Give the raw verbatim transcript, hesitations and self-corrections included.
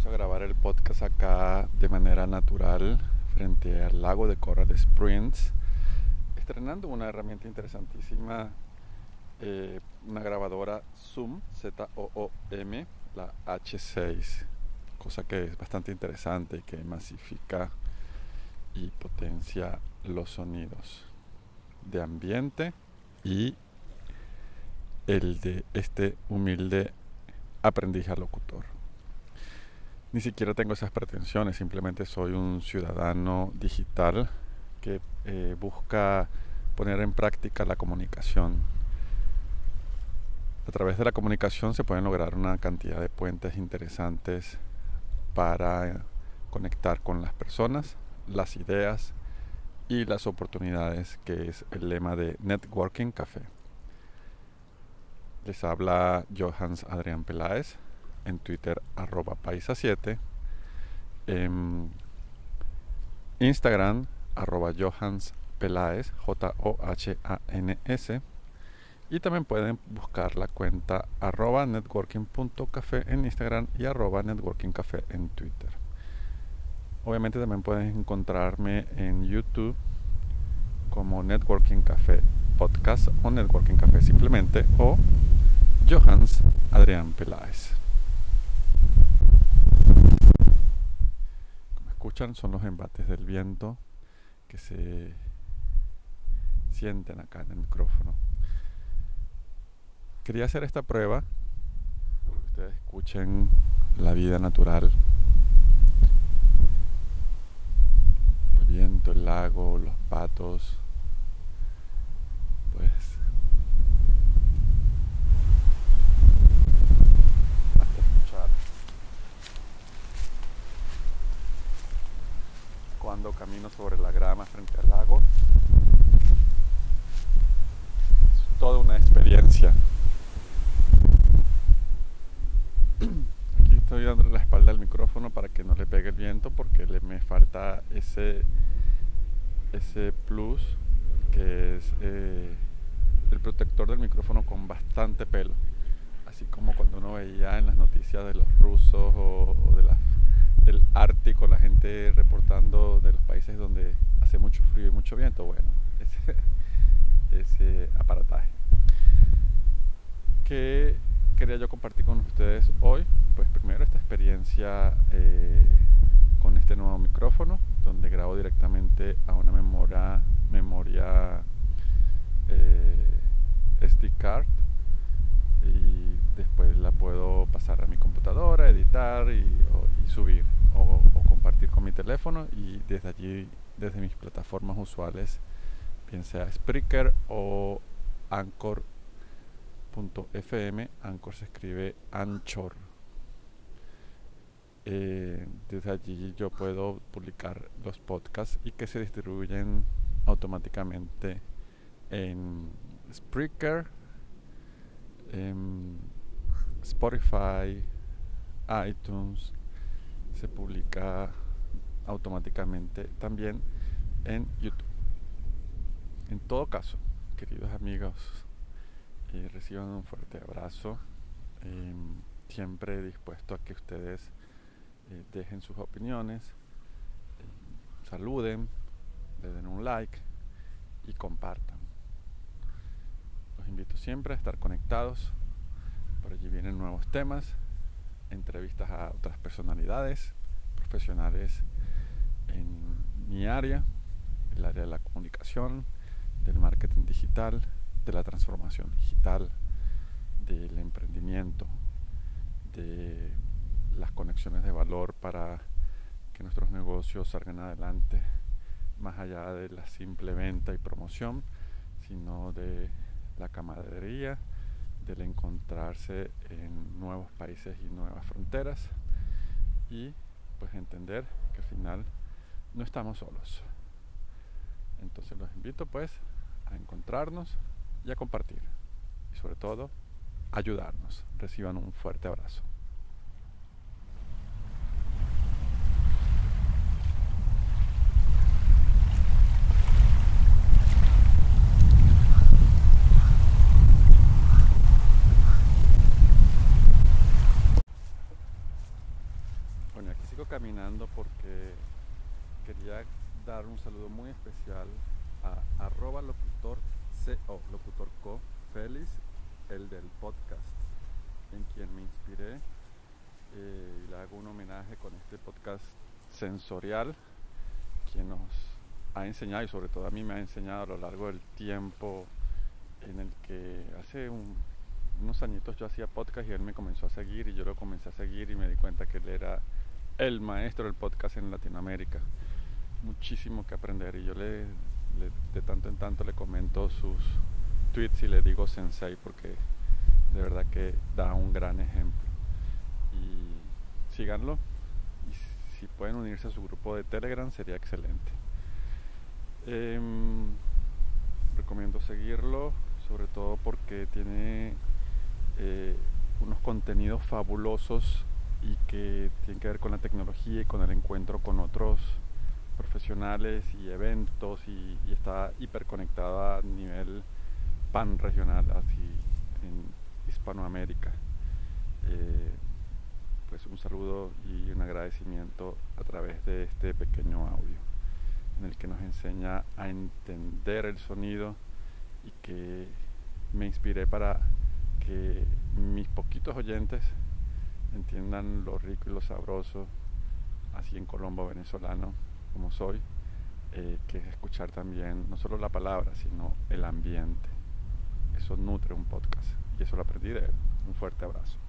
Comienzo a grabar el podcast acá de manera natural frente al lago de Coral Springs, estrenando una herramienta interesantísima, eh, una grabadora Zoom, Z O O M, la H seis, cosa que es bastante interesante y que masifica y potencia los sonidos de ambiente y el de este humilde aprendiz a locutor. Ni siquiera tengo esas pretensiones, simplemente soy un ciudadano digital que eh, busca poner en práctica la comunicación. A través de la comunicación se pueden lograr una cantidad de puentes interesantes para conectar con las personas, las ideas y las oportunidades, que es el lema de Networking Café. Les habla Johans Adrián Peláez, en Twitter arroba paisa siete, en Instagram arroba Johans Peláez, J O H A N S, y también pueden buscar la cuenta arroba networking.café en Instagram y arroba networkingcafé en Twitter. Obviamente también pueden encontrarme en YouTube como Networking Café Podcast o Networking Café simplemente, o Johans Adrián Peláez. Como escuchan, son los embates del viento que se sienten acá en el micrófono. Quería hacer esta prueba para que ustedes escuchen la vida natural, el viento, el lago, los patos. Pues hasta escuchar cuando camino sobre la grama frente al lago. Es toda una experiencia. Aquí estoy dándole la espalda al micrófono para que no le pegue el viento, porque le me falta ese ese plus que es eh, el protector del micrófono con bastante pelo, así como cuando uno veía en las noticias de los rusos o, o de la, del Ártico, la gente reportando de los países donde hace mucho frío y mucho viento. Bueno, ese, ese aparataje que quería yo compartir con ustedes hoy. Pues primero esta experiencia eh, con este nuevo micrófono, donde grabo directamente a una memoria memoria eh, S D card, y después la puedo pasar a mi computadora, editar y, o, y subir o, o compartir con mi teléfono, y desde allí, desde mis plataformas usuales, bien sea Spreaker o Anchor punto F M. Anchor se escribe Anchor. Eh, desde allí yo puedo publicar los podcasts y que se distribuyen automáticamente en Spreaker, en Spotify, iTunes. Se publica automáticamente también en YouTube. En todo caso, queridos amigos, eh, reciban un fuerte abrazo, eh, siempre dispuesto a que ustedes eh, dejen sus opiniones, eh, saluden, le den un like y compartan. Los invito siempre a estar conectados. Por allí vienen nuevos temas, entrevistas a otras personalidades profesionales en mi área, el área de la comunicación, del marketing digital, de la transformación digital, del emprendimiento, de las conexiones de valor para que nuestros negocios salgan adelante, más allá de la simple venta y promoción, sino de la camaradería, del encontrarse en nuevos países y nuevas fronteras, y pues entender que al final no estamos solos. Entonces los invito pues a encontrarnos y a compartir, y sobre todo ayudarnos. Reciban un fuerte abrazo. aquí sigo caminando porque quería dar un saludo muy especial a arroba locutor co, locutor co, Félix, el del podcast, en quien me inspiré, eh, y le hago un homenaje con este podcast sensorial, quien nos ha enseñado, y sobre todo a mí me ha enseñado a lo largo del tiempo, en el que hace un, unos añitos yo hacía podcast y él me comenzó a seguir y yo lo comencé a seguir y me di cuenta que él era el maestro del podcast en Latinoamérica. Muchísimo que aprender, y yo le, le de tanto en tanto le comento sus tweets y le digo sensei porque de verdad que da un gran ejemplo. Y síganlo, y si pueden unirse a su grupo de Telegram sería excelente. Eh, recomiendo seguirlo, sobre todo porque tiene eh, unos contenidos fabulosos y que tienen que ver con la tecnología y con el encuentro con otros profesionales y eventos, y, y está hiperconectada a nivel pan regional, así en Hispanoamérica. Eh, pues un saludo y un agradecimiento a través de este pequeño audio en el que nos enseña a entender el sonido y que me inspiré para que mis poquitos oyentes entiendan lo rico y lo sabroso, así en colombo venezolano como soy, eh, que es escuchar también no solo la palabra, sino el ambiente. Eso nutre un podcast y eso lo aprendí de él. Un fuerte abrazo.